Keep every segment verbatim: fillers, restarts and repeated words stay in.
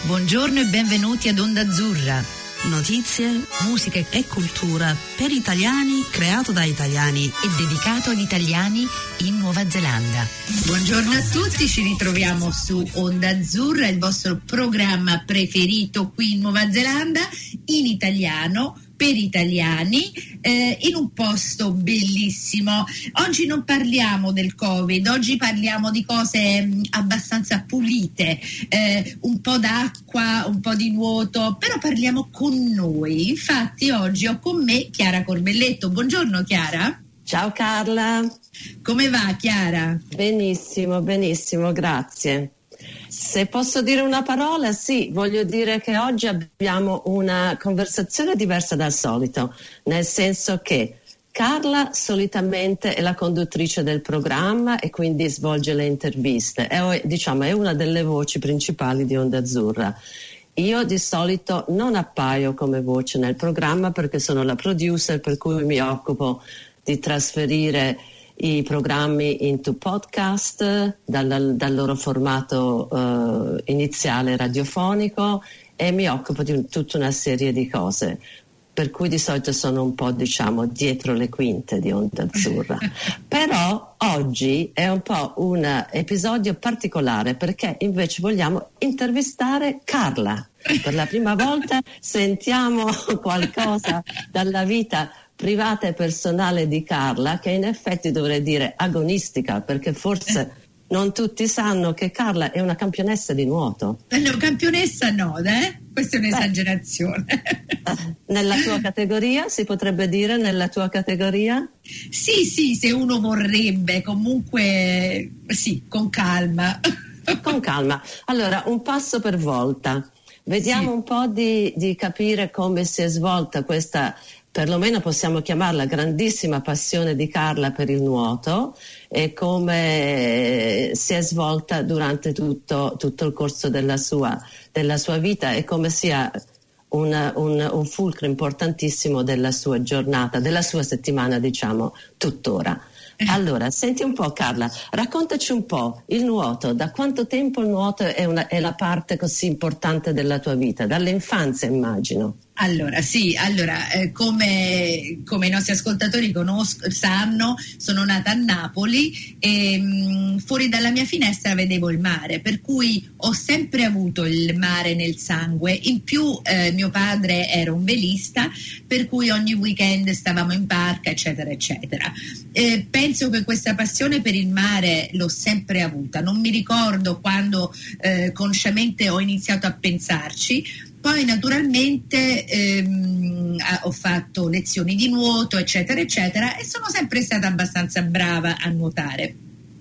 Buongiorno e benvenuti ad Onda Azzurra. Notizie, musica e cultura per italiani, creato da italiani e dedicato agli italiani in Nuova Zelanda. Buongiorno a tutti, ci ritroviamo su Onda Azzurra, il vostro programma preferito qui in Nuova Zelanda, in italiano, per italiani, eh, in un posto bellissimo. Oggi non parliamo del Covid, oggi parliamo di cose mh, abbastanza pulite, eh, un po' d'acqua, un po' di nuoto, però parliamo con noi. Infatti oggi ho con me Chiara Corbelletto. Buongiorno Chiara. Ciao Carla. Come va Chiara? Benissimo, benissimo, grazie. Se posso dire una parola, sì, voglio dire che oggi abbiamo una conversazione diversa dal solito, nel senso che Carla solitamente è la conduttrice del programma e quindi svolge le interviste, è, diciamo, è una delle voci principali di Onda Azzurra. Io di solito non appaio come voce nel programma perché sono la producer, per cui mi occupo di trasferire i programmi into podcast dal, dal loro formato uh, iniziale radiofonico e mi occupo di un, tutta una serie di cose, per cui di solito sono un po', diciamo, dietro le quinte di Onda Azzurra. Però oggi è un po' un episodio particolare perché invece vogliamo intervistare Carla. Per la prima volta sentiamo qualcosa dalla vita privata e personale di Carla, che in effetti dovrei dire agonistica, perché forse non tutti sanno che Carla è una campionessa di nuoto. No, campionessa no, eh? Questa è un'esagerazione. Beh, nella tua categoria, si potrebbe dire, nella tua categoria? Sì, sì, se uno vorrebbe, comunque sì, con calma. Con calma. Allora, un passo per volta. Vediamo sì. un po' di, di capire come si è svolta questa, perlomeno possiamo chiamarla, grandissima passione di Carla per il nuoto e come si è svolta durante tutto, tutto il corso della sua, della sua vita e come sia un, un, un fulcro importantissimo della sua giornata, della sua settimana, diciamo, tuttora. Allora, senti un po' Carla, raccontaci un po' il nuoto, da quanto tempo il nuoto è, una, è la parte così importante della tua vita? Dall'infanzia immagino. Allora sì, allora eh, come, come i nostri ascoltatori conosco, sanno, sono nata a Napoli e mh, fuori dalla mia finestra vedevo il mare, per cui ho sempre avuto il mare nel sangue. In più eh, mio padre era un velista, per cui ogni weekend stavamo in barca, eccetera, eccetera. Eh, penso che questa passione per il mare l'ho sempre avuta, non mi ricordo quando eh, consciamente ho iniziato a pensarci. Poi naturalmente ehm, ho fatto lezioni di nuoto, eccetera, eccetera, e sono sempre stata abbastanza brava a nuotare.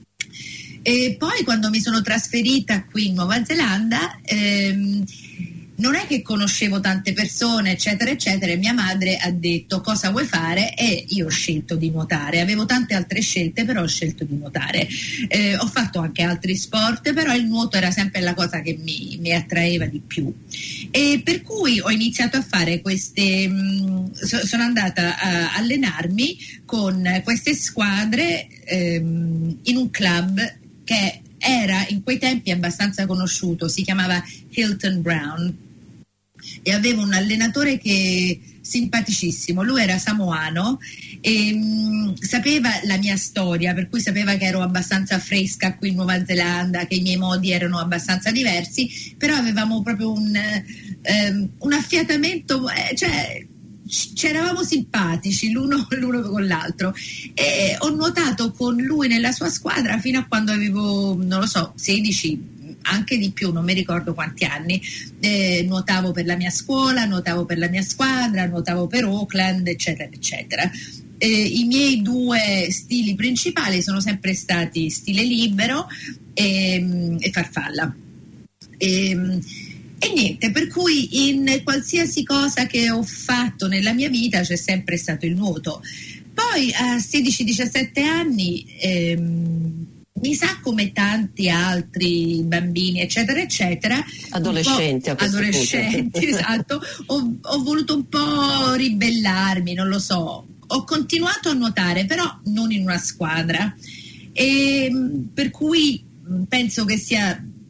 E poi quando mi sono trasferita qui in Nuova Zelanda, ehm, non è che conoscevo tante persone, eccetera, eccetera, e mia madre ha detto cosa vuoi fare e io ho scelto di nuotare. Avevo tante altre scelte, però ho scelto di nuotare. Eh, ho fatto anche altri sport, però il nuoto era sempre la cosa che mi, mi attraeva di più. E per cui ho iniziato a fare queste, mh, so, sono andata a allenarmi con queste squadre ehm, in un club che era in quei tempi abbastanza conosciuto, si chiamava Hilton Brown. E avevo un allenatore che simpaticissimo, lui era samoano e mh, sapeva la mia storia, per cui sapeva che ero abbastanza fresca qui in Nuova Zelanda, che i miei modi erano abbastanza diversi, però avevamo proprio un, ehm, un affiatamento, eh, cioè c'eravamo simpatici l'uno, l'uno con l'altro e ho nuotato con lui nella sua squadra fino a quando avevo, non lo so, sedici, anche di più, non mi ricordo quanti anni. Eh, nuotavo per la mia scuola, nuotavo per la mia squadra, nuotavo per Auckland, eccetera, eccetera. Eh, I miei due stili principali sono sempre stati stile libero e, e farfalla. E, E niente, per cui in qualsiasi cosa che ho fatto nella mia vita c'è sempre stato il nuoto. Poi a sedici diciassette anni, ehm, mi sa come tanti altri bambini, eccetera, eccetera. Adolescenti a questo Adolescenti, punto. esatto. Ho, ho voluto un po' ribellarmi, non lo so. Ho continuato a nuotare, però non in una squadra. E, per cui penso che sia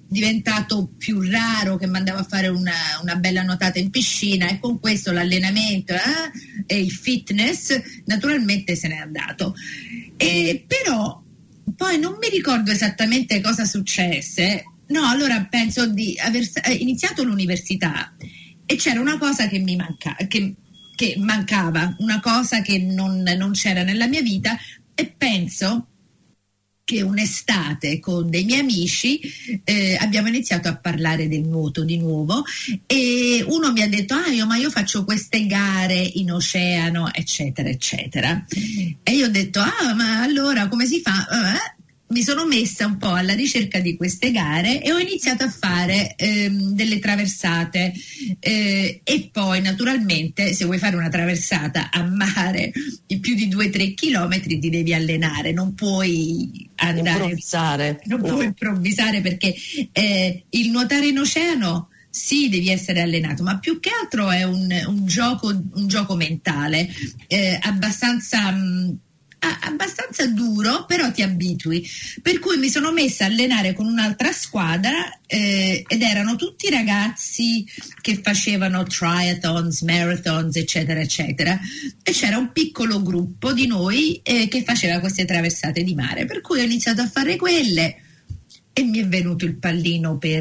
diventato più raro che mi andavo a fare una, una bella nuotata in piscina, e con questo l'allenamento eh, e il fitness naturalmente se n'è andato. E però poi non mi ricordo esattamente cosa successe. No, allora penso di aver iniziato l'università e c'era una cosa che mi manca, che, che mancava, una cosa che non, non c'era nella mia vita, e penso che un'estate con dei miei amici eh, abbiamo iniziato a parlare del nuoto di nuovo, e uno mi ha detto ah io ma io faccio queste gare in oceano eccetera eccetera, e io ho detto ah ma allora come si fa? Eh, mi sono messa un po' alla ricerca di queste gare e ho iniziato a fare ehm, delle traversate eh, e poi naturalmente se vuoi fare una traversata a mare di più di due tre chilometri ti devi allenare, non puoi andare improvvisare, non no. puoi improvvisare perché eh, il nuotare in oceano sì, devi essere allenato, ma più che altro è un, un gioco un gioco mentale eh, abbastanza mh, abbastanza duro, però ti abitui, per cui mi sono messa a allenare con un'altra squadra eh, ed erano tutti ragazzi che facevano triathlons, marathons eccetera eccetera, e c'era un piccolo gruppo di noi eh, che faceva queste traversate di mare, per cui ho iniziato a fare quelle e mi è venuto il pallino per,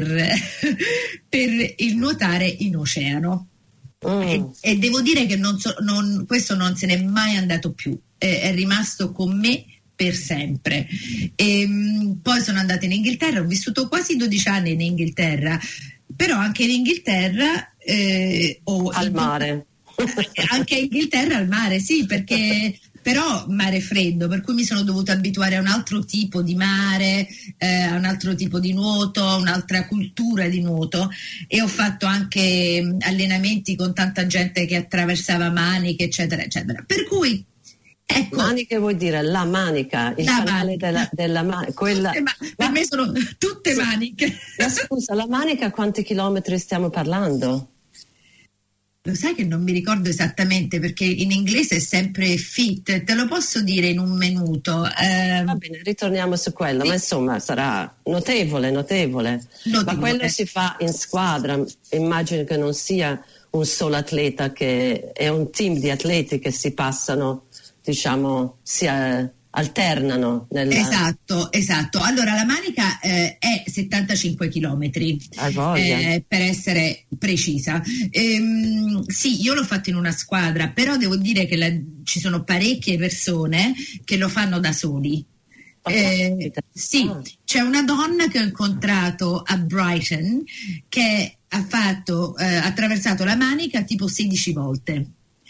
per il nuotare in oceano. Mm. E, e devo dire che non so, non, questo non se n'è mai andato più, eh, è rimasto con me per sempre. E, mh, poi sono andata in Inghilterra, ho vissuto quasi dodici anni in Inghilterra, però anche in Inghilterra eh, ho, al mare anche in Inghilterra al mare, sì, perché però mare freddo, per cui mi sono dovuta abituare a un altro tipo di mare, eh, a un altro tipo di nuoto, a un'altra cultura di nuoto, e ho fatto anche allenamenti con tanta gente che attraversava maniche eccetera eccetera, per cui ecco. Maniche vuol dire la manica, il la canale manica. della, della manica, quella... ma, per ma, me sono tutte sì. maniche. Ma scusa, la manica quanti chilometri stiamo parlando? Lo sai che non mi ricordo esattamente perché in inglese è sempre fit, te lo posso dire in un minuto. Eh, Va bene, ritorniamo su quello, sì. Ma insomma sarà notevole, notevole, notevole. Ma quello si fa in squadra, immagino che non sia un solo atleta, che è un team di atleti che si passano, diciamo, si alternano. Nella... Esatto, esatto. Allora la manica eh, è settantacinque chilometri, eh, per essere precisa. Ehm, sì, io l'ho fatto in una squadra, però devo dire che la, ci sono parecchie persone che lo fanno da soli. Eh, sì, c'è una donna che ho incontrato a Brighton che ha fatto, eh, attraversato la manica tipo sedici volte.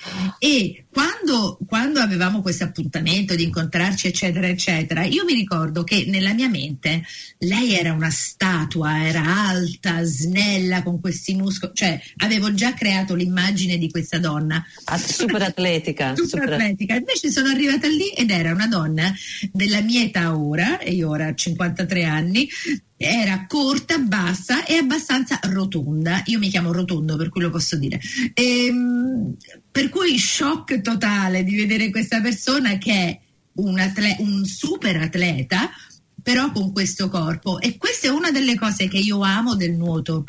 E quando, quando avevamo questo appuntamento di incontrarci eccetera eccetera, io mi ricordo che nella mia mente lei era una statua, era alta, snella, con questi muscoli, cioè avevo già creato l'immagine di questa donna super atletica super, super atletica. Invece sono arrivata lì ed era una donna della mia età ora, e io ora ho cinquantatré anni, era corta, bassa e abbastanza rotonda. Io mi chiamo Rotondo, per cui lo posso dire. Ehm, per cui shock totale di vedere questa persona che è un, atle- un super atleta, però con questo corpo. E questa è una delle cose che io amo del nuoto.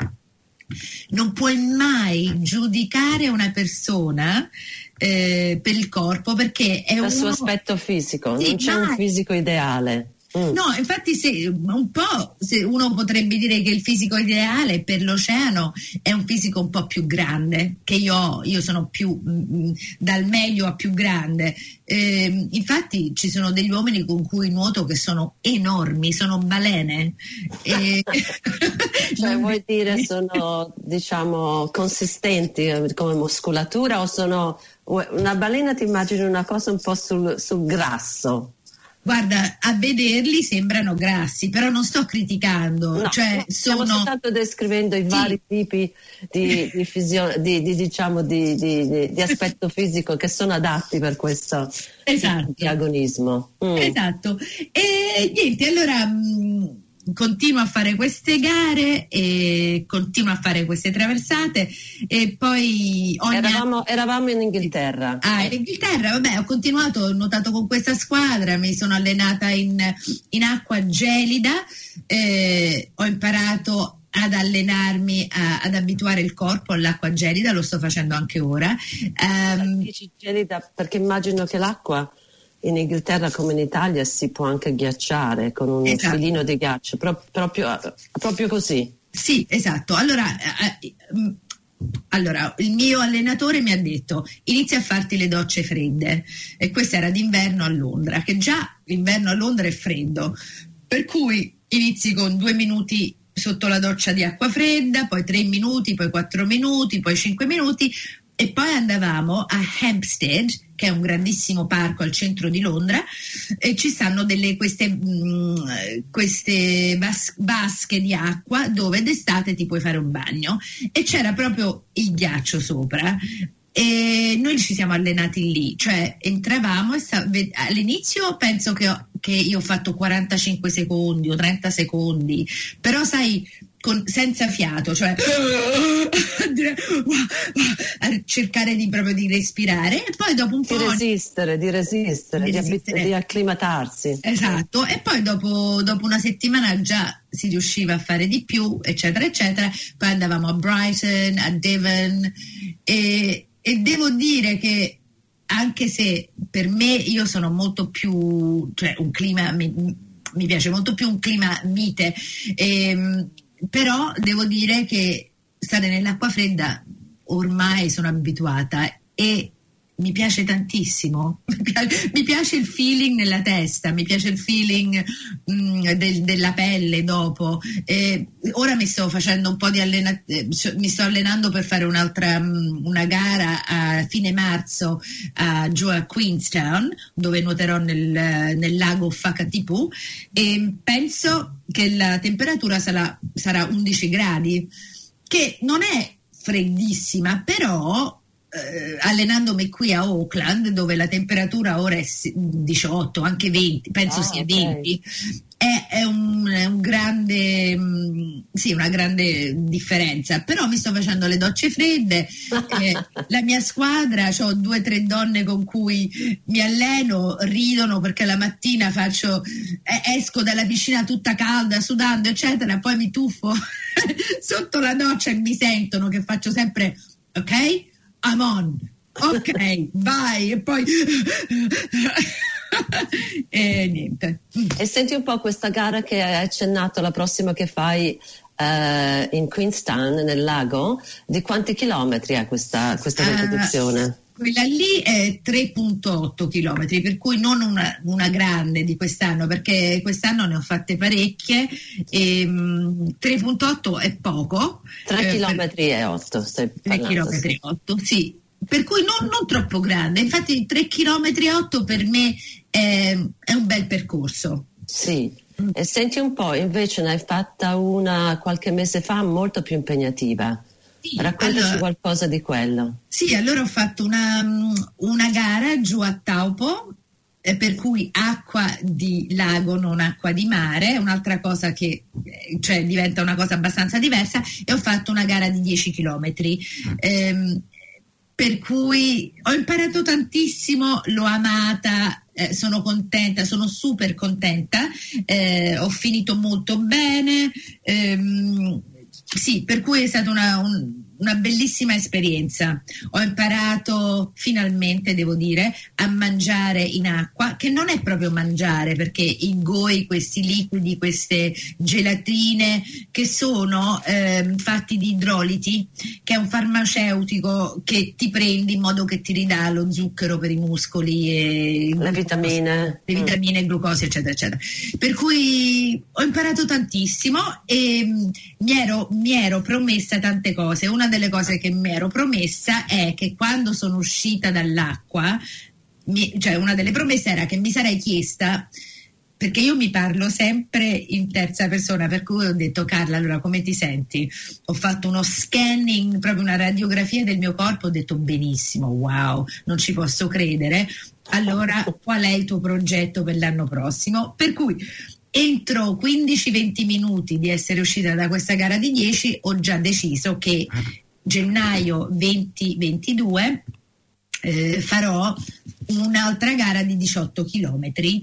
Non puoi mai giudicare una persona eh, per il corpo, perché è il uno... suo aspetto fisico, sì, non c'è mai. Un fisico ideale. Mm. No, infatti se, un po' se uno potrebbe dire che il fisico ideale per l'oceano è un fisico un po' più grande, che io ho, io sono più mh, dal medio a più grande. Eh, infatti ci sono degli uomini con cui nuoto che sono enormi, sono balene. E... cioè vuoi dire sono diciamo consistenti come muscolatura, o sono una balena? Ti immagini una cosa un po' sul, sul grasso? Guarda, a vederli sembrano grassi, però non sto criticando. No, cioè, no, stiamo sono... soltanto descrivendo i sì. vari tipi di, di, fisio... di, di, diciamo, di, di, di aspetto fisico che sono adatti per questo esatto. agonismo. Mm. Esatto. E niente, allora mh, continuo a fare queste gare e continuo a fare queste traversate e poi ogni eravamo, eravamo in Inghilterra. Ah, in Inghilterra, vabbè, ho continuato, ho nuotato con questa squadra, mi sono allenata in, in acqua gelida, eh, ho imparato ad allenarmi, a, ad abituare il corpo all'acqua gelida, lo sto facendo anche ora. Um, Dici gelida perché immagino che l'acqua in Inghilterra come in Italia si può anche ghiacciare con un esatto. filino di ghiaccio, pro, proprio, proprio così. Sì, esatto. Allora, eh, allora, il mio allenatore mi ha detto inizia a farti le docce fredde e questa era d'inverno a Londra, che già l'inverno a Londra è freddo, per cui inizi con due minuti sotto la doccia di acqua fredda, poi tre minuti, poi quattro minuti, poi cinque minuti e poi andavamo a Hampstead, che è un grandissimo parco al centro di Londra, e ci stanno delle queste, mh, queste vas- vasche di acqua dove d'estate ti puoi fare un bagno e c'era proprio il ghiaccio sopra. E noi ci siamo allenati lì, cioè entravamo e sta- all'inizio penso che, ho, che io ho fatto quarantacinque secondi o trenta secondi, però sai con, senza fiato, cioè a cercare di proprio di respirare e poi dopo un po' di resistere, di resistere, di, di, resistere. di acclimatarsi. Esatto, e poi dopo, dopo una settimana già si riusciva a fare di più, eccetera, eccetera. Poi andavamo a Brighton, a Devon e E devo dire che anche se per me io sono molto più, cioè un clima, mi, mi piace molto più un clima mite, ehm, però devo dire che stare nell'acqua fredda ormai sono abituata e mi piace tantissimo, mi piace, mi piace il feeling nella testa, mi piace il feeling mh, del, della pelle dopo. Eh, ora mi sto facendo un po' di allena- eh, mi sto allenando per fare un'altra mh, una gara a fine marzo a, giù a Queenstown, dove nuoterò nel, nel lago Fakatipu e penso che la temperatura sarà, sarà undici gradi, che non è freddissima, però Uh, allenandomi qui a Auckland dove la temperatura ora è diciotto, anche venti, penso ah, sia okay. venti, è, è, un, è un grande mh, sì, una grande differenza, però mi sto facendo le docce fredde, eh, la mia squadra, ho due o tre donne con cui mi alleno, ridono perché la mattina faccio eh, esco dalla piscina tutta calda, sudando eccetera, poi mi tuffo sotto la doccia e mi sentono che faccio sempre ok? I'm on, ok, vai, e poi e niente. E senti un po' questa gara che hai accennato, la prossima che fai uh, in Queenstown, nel lago, di quanti chilometri è questa, questa competizione? Uh, quella lì è tre virgola otto chilometri, per cui non una, una grande di quest'anno, perché quest'anno ne ho fatte parecchie e um, tre virgola otto è poco. tre chilometri e otto stai parlando. tre chilometri e otto, sì. Per cui non, non troppo grande, infatti tre chilometri e otto per me è, è un bel percorso. Sì, e senti un po', invece ne hai fatta una qualche mese fa molto più impegnativa. Sì, raccontaci allora, qualcosa di quello. Sì, allora ho fatto una, una gara giù a Taupo, eh, per cui acqua di lago, non acqua di mare, un'altra cosa che cioè diventa una cosa abbastanza diversa, e ho fatto una gara di dieci chilometri. Ehm, per cui ho imparato tantissimo, l'ho amata, eh, sono contenta, sono super contenta, eh, ho finito molto bene. Ehm, Sì, per cui è stata una, un, una bellissima esperienza. Ho imparato finalmente, devo dire, a mangiare in acqua, che non è proprio mangiare, perché ingoi questi liquidi, queste gelatine che sono eh, fatti di idroliti, che è un farmaceutico che ti prendi in modo che ti ridà lo zucchero per i muscoli e le vitamine, le vitamine, mm. glucosio, eccetera, eccetera. Per cui ho imparato tantissimo e mh, mi ero mi ero promessa tante cose. Una delle cose che mi ero promessa è che quando sono uscita dall'acqua, mi, cioè una delle promesse era che mi sarei chiesta, perché io mi parlo sempre in terza persona, per cui ho detto: Carla, allora come ti senti? Ho fatto uno scanning, proprio una radiografia del mio corpo, ho detto benissimo, wow, non ci posso credere. Allora qual è il tuo progetto per l'anno prossimo? Per cui entro quindici venti minuti di essere uscita da questa gara di dieci ho già deciso che gennaio venti ventidue eh, farò un'altra gara di diciotto chilometri,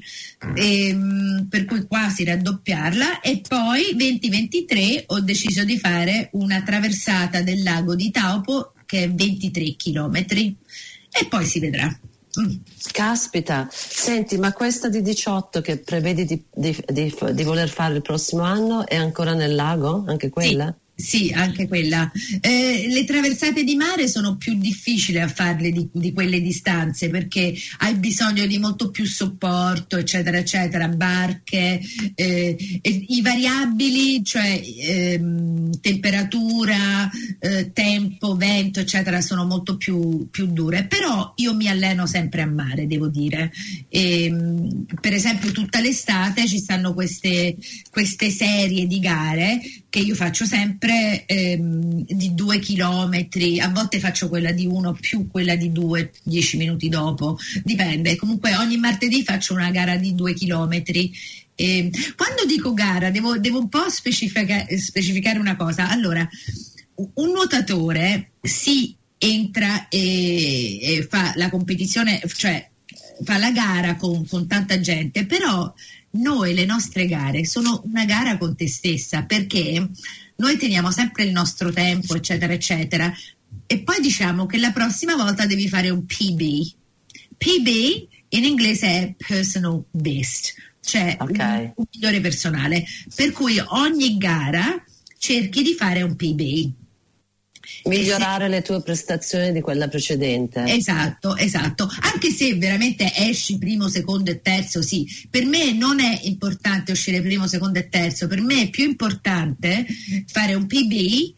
ehm, per cui quasi raddoppiarla, e poi venti ventitré ho deciso di fare una traversata del lago di Taupo che è ventitré chilometri, e poi si vedrà. Mm. Caspita, senti, ma questa di diciotto che prevedi di, di, di, di voler fare il prossimo anno è ancora nel lago? Anche quella? Sì. Sì, anche quella. Eh, le traversate di mare sono più difficili a farle di, di quelle distanze, perché hai bisogno di molto più supporto, eccetera, eccetera, barche, eh, e i variabili, cioè ehm, temperatura, eh, tempo, vento, eccetera, sono molto più, più dure. Però io mi alleno sempre a mare, devo dire. E, per esempio, tutta l'estate ci stanno queste, queste serie di gare che io faccio sempre, ehm, di due chilometri, a volte faccio quella di uno più quella di due dieci minuti dopo, dipende. Comunque ogni martedì faccio una gara di due chilometri. E quando dico gara devo, devo un po' specifica, specificare una cosa. Allora, un nuotatore si entra e, e fa la competizione, cioè fa la gara con, con tanta gente, però noi le nostre gare sono una gara con te stessa, perché noi teniamo sempre il nostro tempo, eccetera, eccetera, e poi diciamo che la prossima volta devi fare un P B. P B in inglese è personal best, cioè okay. un migliore personale, per cui ogni gara cerchi di fare un P B. Migliorare se... le tue prestazioni di quella precedente. Esatto, esatto. Anche se veramente esci primo, secondo e terzo, sì. Per me non è importante uscire primo, secondo e terzo. Per me è più importante fare un P B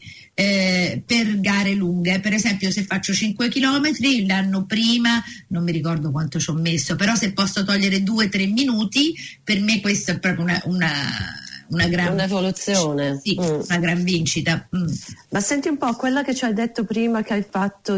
eh, per gare lunghe. Per esempio, se faccio cinque chilometri, l'anno prima, non mi ricordo quanto ci ho messo, però se posso togliere due tre minuti, per me questa è proprio una... una Una gran un'evoluzione. Sì, mm. una gran vincita. Mm. Ma senti un po', quella che ci hai detto prima che hai fatto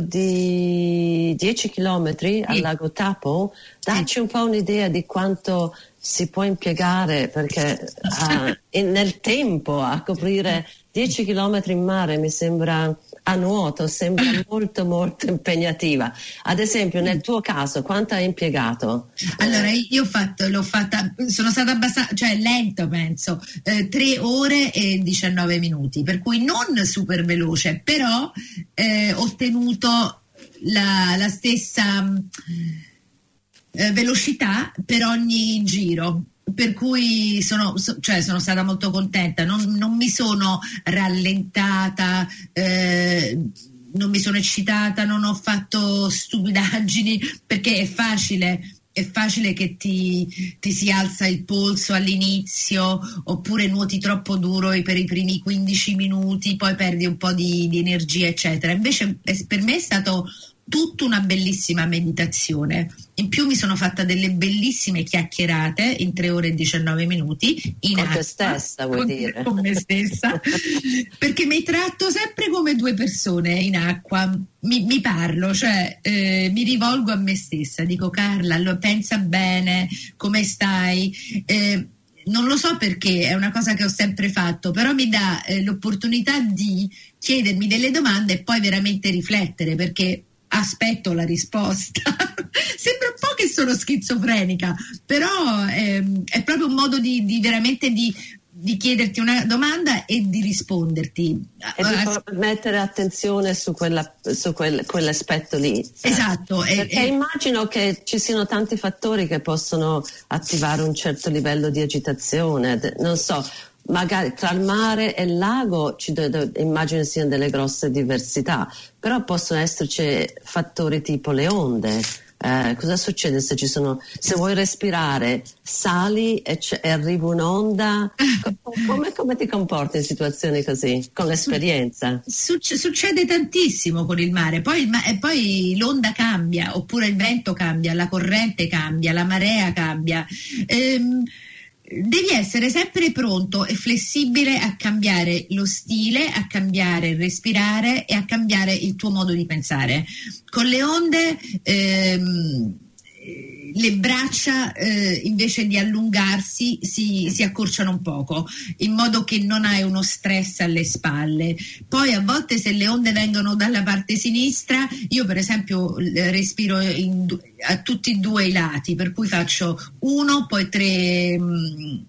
di dieci chilometri sì. al lago Taupo, dacci sì. un po' un'idea di quanto si può impiegare, perché uh, in, nel tempo a coprire dieci chilometri in mare mi sembra, a nuoto, sembra molto molto impegnativa. Ad esempio, nel tuo caso, quanto hai impiegato? Allora, io ho fatto, l'ho fatta, sono stata abbastanza, cioè lento penso, eh, tre ore e diciannove minuti, per cui non super veloce, però eh, ho ottenuto la, la stessa eh, velocità per ogni giro. Per cui sono, so, cioè sono stata molto contenta, non, non mi sono rallentata, eh, non mi sono eccitata, non ho fatto stupidaggini, perché è facile, è facile che ti, ti si alza il polso all'inizio, oppure nuoti troppo duro per i primi quindici minuti, poi perdi un po' di, di energia, eccetera. Invece per me è stato tutta una bellissima meditazione. In più mi sono fatta delle bellissime chiacchierate in tre ore e diciannove minuti in con acqua, te stessa, vuoi con, dire? Con me stessa, perché mi tratto sempre come due persone in acqua, mi, mi parlo, cioè eh, mi rivolgo a me stessa, dico: Carla, allora, pensa bene, come stai? Eh, non lo so perché, è una cosa che ho sempre fatto, però mi dà eh, l'opportunità di chiedermi delle domande e poi veramente riflettere, perché aspetto la risposta. Sembra un po' che sono schizofrenica, però ehm, è proprio un modo di, di veramente di, di chiederti una domanda e di risponderti. E di mettere attenzione su, quella, su quel, quell'aspetto lì. Esatto. Perché e, immagino che ci siano tanti fattori che possono attivare un certo livello di agitazione, non so. Magari tra il mare e il lago ci do, do, immagino siano delle grosse diversità, però possono esserci fattori tipo le onde. Eh, cosa succede se ci sono, se vuoi respirare, sali e, e arriva un'onda? Come, come ti comporti in situazioni così, con l'esperienza? Succe, succede tantissimo con il mare, poi, il ma- e poi l'onda cambia, oppure il vento cambia, la corrente cambia, la marea cambia. Ehm, Devi essere sempre pronto e flessibile a cambiare lo stile, a cambiare il respirare e a cambiare il tuo modo di pensare. Con le onde ehm, le braccia eh, invece di allungarsi si, si accorciano un poco, in modo che non hai uno stress alle spalle. Poi a volte se le onde vengono dalla parte sinistra, io per esempio respiro in, a tutti e due i lati, per cui faccio uno, poi tre... Mh,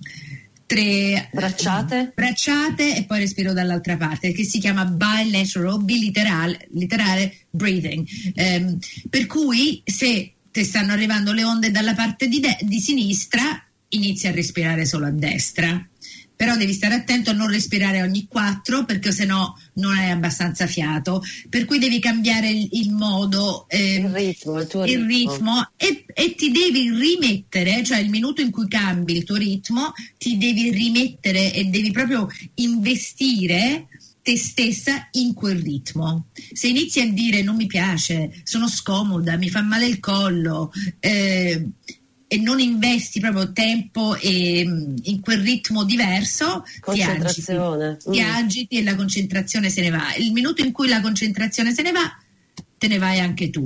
tre bracciate. bracciate e poi respiro dall'altra parte, che si chiama bilateral, biliterale literale breathing, um, per cui se ti stanno arrivando le onde dalla parte di, de- di sinistra inizi a respirare solo a destra, però devi stare attento a non respirare ogni quattro, perché sennò non hai abbastanza fiato, per cui devi cambiare il, il modo, eh, il ritmo, il tuo il ritmo, ritmo e, e ti devi rimettere, cioè il minuto in cui cambi il tuo ritmo ti devi rimettere e devi proprio investire te stessa in quel ritmo. Se inizi a dire non mi piace, sono scomoda, mi fa male il collo, eh, e non investi proprio tempo e, in quel ritmo diverso, ti agiti, mm. ti agiti e la concentrazione se ne va. Il minuto in cui la concentrazione se ne va, te ne vai anche tu.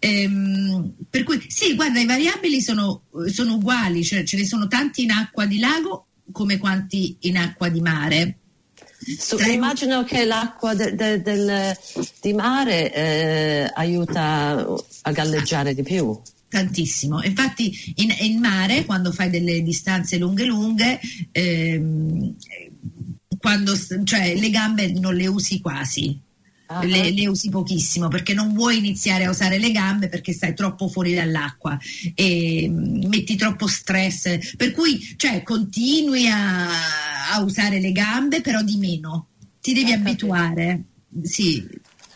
Ehm, per cui sì, guarda, i variabili sono, sono uguali, cioè ce ne sono tanti in acqua di lago come quanti in acqua di mare. So, immagino che l'acqua de, de, del, di mare eh, aiuta a galleggiare di più. Tantissimo, infatti in, in mare quando fai delle distanze lunghe lunghe ehm, quando, cioè, le gambe non le usi quasi, uh-huh. le, le usi pochissimo, perché non vuoi iniziare a usare le gambe perché stai troppo fuori dall'acqua e metti troppo stress, per cui cioè, continui a, a usare le gambe però di meno, ti devi uh-huh. abituare, sì.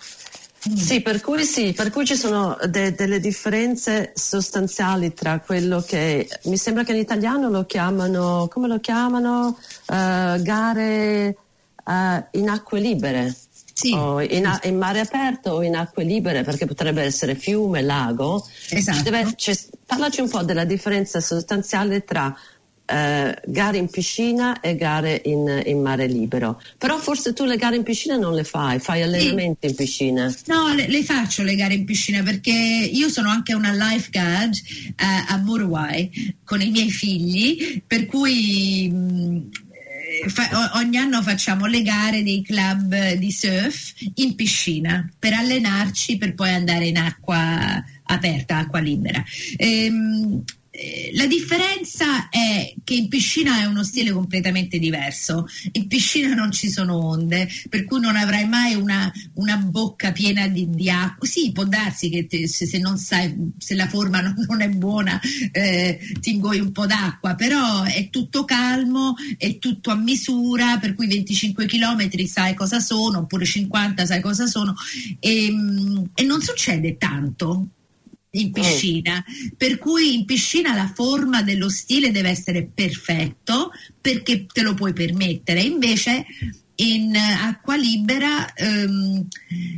Sì, per cui sì, per cui ci sono de, delle differenze sostanziali tra quello che mi sembra che in italiano lo chiamano, come lo chiamano? Uh, gare uh, in acque libere. Sì. O in, a, in mare aperto o in acque libere, perché potrebbe essere fiume, lago. Esatto. Deve, parlaci un po' della differenza sostanziale tra Uh, gare in piscina e gare in, in mare libero. Però forse tu le gare in piscina non le fai, fai allenamenti sì. in piscina. No, le, le faccio le gare in piscina perché io sono anche una lifeguard uh, a Muruwai con i miei figli, per cui mh, fa, ogni anno facciamo le gare dei club di surf in piscina per allenarci, per poi andare in acqua aperta, acqua libera. Ehm, La differenza è che in piscina è uno stile completamente diverso, in piscina non ci sono onde, per cui non avrai mai una, una bocca piena di, di acqua. Sì, può darsi che te, se, se non sai, se la forma non, non è buona eh, ti ingoi un po' d'acqua, però è tutto calmo, è tutto a misura, per cui venticinque chilometri sai cosa sono, oppure cinquanta sai cosa sono, e, e non succede tanto in piscina, oh. per cui in piscina la forma dello stile deve essere perfetto perché te lo puoi permettere, invece in acqua libera ehm,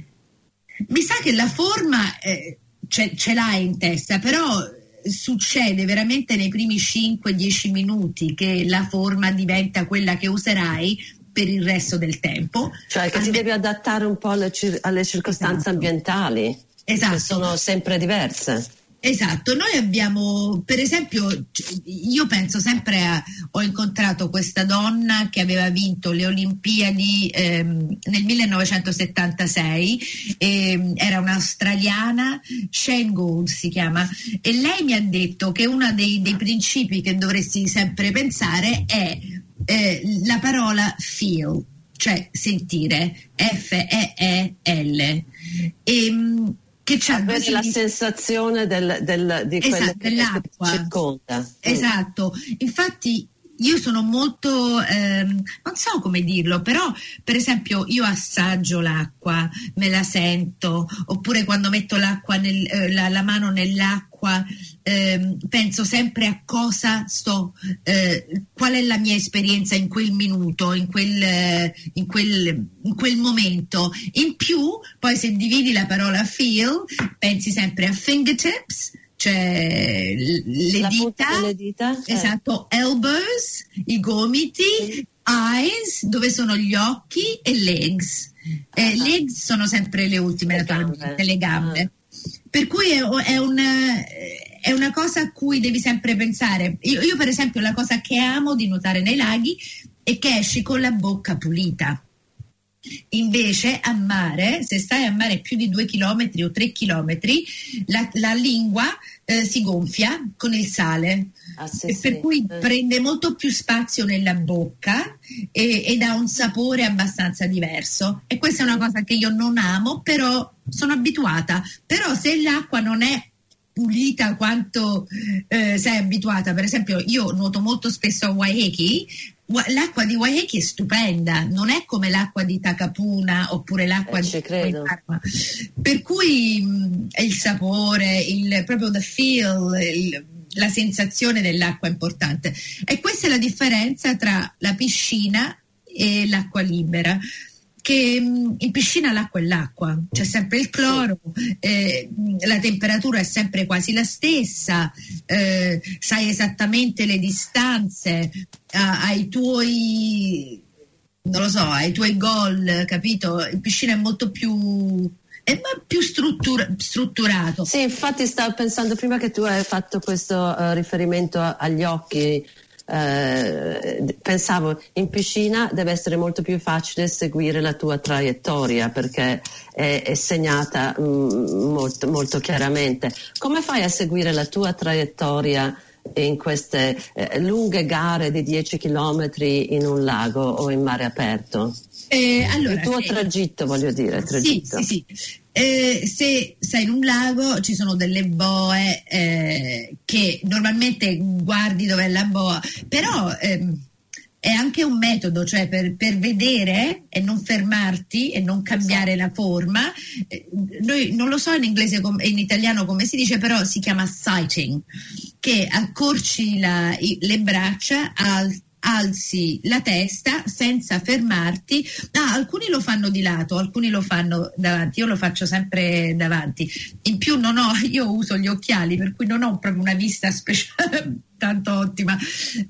mi sa che la forma eh, ce, ce l'hai in testa, però succede veramente nei primi cinque dieci minuti che la forma diventa quella che userai per il resto del tempo, cioè che ti devi adattare un po' alle, cir- alle circostanze esatto. ambientali. Esatto. Che sono sempre diverse. Esatto, noi abbiamo, per esempio, io penso sempre a, ho incontrato questa donna che aveva vinto le Olimpiadi ehm, nel millenovecentosettantasei, ehm, era un'australiana, Shane Gould si chiama, e lei mi ha detto che uno dei, dei principi che dovresti sempre pensare è eh, la parola feel, cioè sentire, F E E L. E, che c'ha avere la sensazione del, del, di esatto, quello che dell'acqua. circonda. Esatto, infatti io sono molto, ehm, non so come dirlo, però per esempio io assaggio l'acqua, me la sento, oppure quando metto l'acqua nel, eh, la, la mano nell'acqua ehm, penso sempre a cosa sto, eh, qual è la mia esperienza in quel minuto, in quel, eh, in quel, in quel momento. In più, poi se dividi la parola feel, pensi sempre a fingertips, cioè le la dita, delle dita, esatto, eh. elbows, i gomiti, sì. eyes, dove sono gli occhi, e legs. Eh, uh-huh. Legs sono sempre le ultime, le naturalmente, gambe. Le gambe. Uh-huh. Per cui è, è, un, è una cosa a cui devi sempre pensare. Io, io per esempio la cosa che amo di nuotare nei laghi è che esci con la bocca pulita. Invece a mare, se stai a mare più di due chilometri o tre chilometri, la, la lingua eh, si gonfia con il sale, ah, sì, e per sì. cui eh. prende molto più spazio nella bocca e, ed ha un sapore abbastanza diverso. E questa è una cosa che io non amo, però sono abituata. Però se l'acqua non è pulita quanto eh, sei abituata, per esempio io nuoto molto spesso a Waiheke. L'acqua di Waiheke è stupenda, non è come l'acqua di Takapuna oppure l'acqua eh, di ci credo. per cui mh, il sapore, il, proprio the feel, il, la sensazione dell'acqua è importante. E questa è la differenza tra la piscina e l'acqua libera, che mh, in piscina l'acqua è l'acqua, c'è sempre il cloro, eh, la temperatura è sempre quasi la stessa, eh, sai esattamente le distanze, a, ai tuoi, non lo so, ai tuoi gol, capito? In piscina è molto più, è più struttura, strutturato. Sì, infatti stavo pensando, prima che tu hai fatto questo uh, riferimento a, agli occhi, Eh, pensavo in piscina deve essere molto più facile seguire la tua traiettoria perché è, è segnata mh, molto, molto chiaramente. Come fai a seguire la tua traiettoria in queste eh, lunghe gare di dieci chilometri in un lago o in mare aperto? Eh, allora, il tuo se... tragitto, voglio dire, tragitto. Sì, sì, sì. Eh, se sei in un lago ci sono delle boe eh, che normalmente guardi dov'è la boa, però ehm, è anche un metodo, cioè per, per vedere e non fermarti e non cambiare la forma. Eh, noi, non lo so in inglese e in italiano come si dice, però si chiama sighting, che accorci la, i, le braccia al alzi la testa senza fermarti. Ah, alcuni lo fanno di lato, alcuni lo fanno davanti, io lo faccio sempre davanti. In più non ho, io uso gli occhiali, per cui non ho proprio una vista speciale tanto ottima,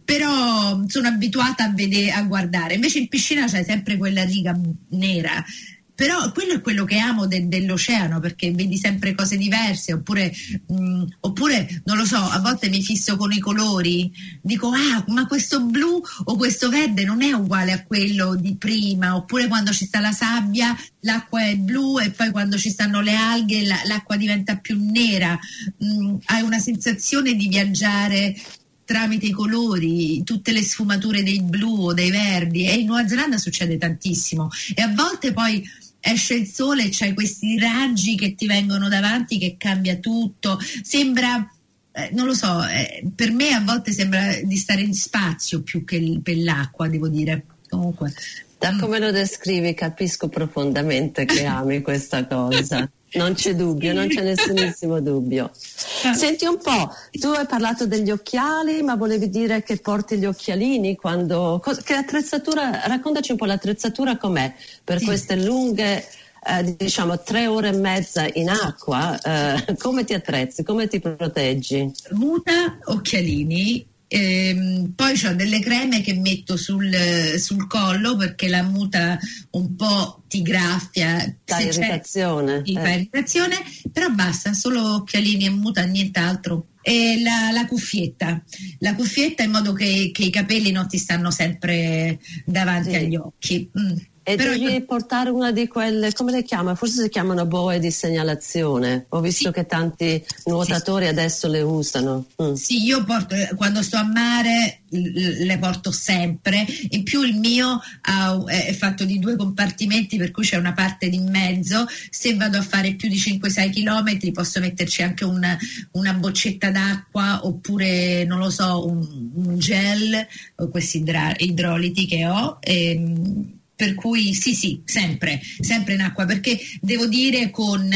però sono abituata a vedere, a guardare. Invece in piscina c'è sempre quella riga nera. Però quello è quello che amo de- dell'oceano, perché vedi sempre cose diverse, oppure, mh, oppure, non lo so, a volte mi fisso con i colori, dico, ah, ma questo blu o questo verde non è uguale a quello di prima, oppure quando ci sta la sabbia l'acqua è blu e poi quando ci stanno le alghe la- l'acqua diventa più nera, mh, hai una sensazione di viaggiare tramite i colori, tutte le sfumature dei blu o dei verdi, e in Nuova Zelanda succede tantissimo, e a volte poi esce il sole e c'hai questi raggi che ti vengono davanti che cambia tutto, sembra, eh, non lo so, eh, per me a volte sembra di stare in spazio più che il, per l'acqua, devo dire. Comunque da come lo descrivi capisco profondamente che ami questa cosa. Non c'è dubbio, non c'è nessunissimo dubbio. Senti un po', tu hai parlato degli occhiali, ma volevi dire che porti gli occhialini quando... Che attrezzatura, raccontaci un po' l'attrezzatura com'è per sì. queste lunghe, eh, diciamo, tre ore e mezza in acqua, eh, come ti attrezzi, come ti proteggi? Muta, occhialini. Ehm, poi ho delle creme che metto sul, sul collo perché la muta un po' ti graffia, da irritazione, ti eh. fa irritazione, però basta, solo occhialini e muta, nient'altro. E la, la cuffietta la cuffietta in modo che, che i capelli non ti stanno sempre davanti sì. agli occhi. mm. E Però devi io... portare una di quelle, come le chiama? Forse si chiamano boe di segnalazione. Ho visto sì. che tanti nuotatori sì. adesso le usano. Mm. Sì, io porto, quando sto a mare le porto sempre. In più il mio ha, è fatto di due compartimenti, per cui c'è una parte di mezzo. Se vado a fare più di cinque sei chilometri posso metterci anche una, una boccetta d'acqua, oppure non lo so, un, un gel, questi idra- idroliti che ho. E, per cui sì sì, sempre, sempre in acqua, perché devo dire con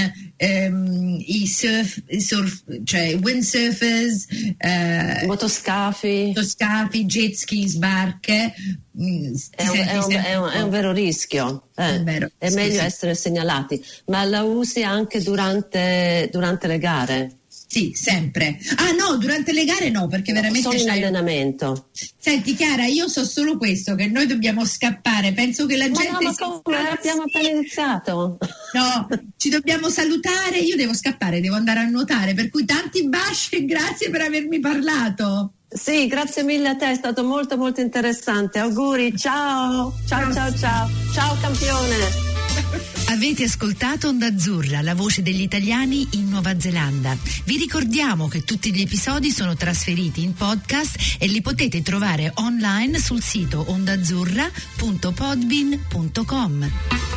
ehm, i surf, surf, cioè windsurfers, eh, motoscafi, motoscafi, jet ski, barche, mh, è, un, è, un, è, un, è un vero rischio, eh. è, vero, è sì, meglio sì. essere segnalati, ma la usi anche durante, durante le gare? Sì, sempre. Ah no, durante le gare no, perché No, veramente solo in c'hai- allenamento. Senti Chiara, io so solo questo, che noi dobbiamo scappare, penso che la Ma gente... no, ma si come? incazzi. Abbiamo appena iniziato. No, ci dobbiamo salutare, io devo scappare, devo andare a nuotare, per cui tanti baci e grazie per avermi parlato. Sì, grazie mille a te, è stato molto molto interessante. Auguri, ciao. Ciao, ciao, ciao. Ciao campione. Avete ascoltato Onda Azzurra, la voce degli italiani in Nuova Zelanda. Vi ricordiamo che tutti gli episodi sono trasferiti in podcast e li potete trovare online sul sito ondazzurra punto podbean punto com.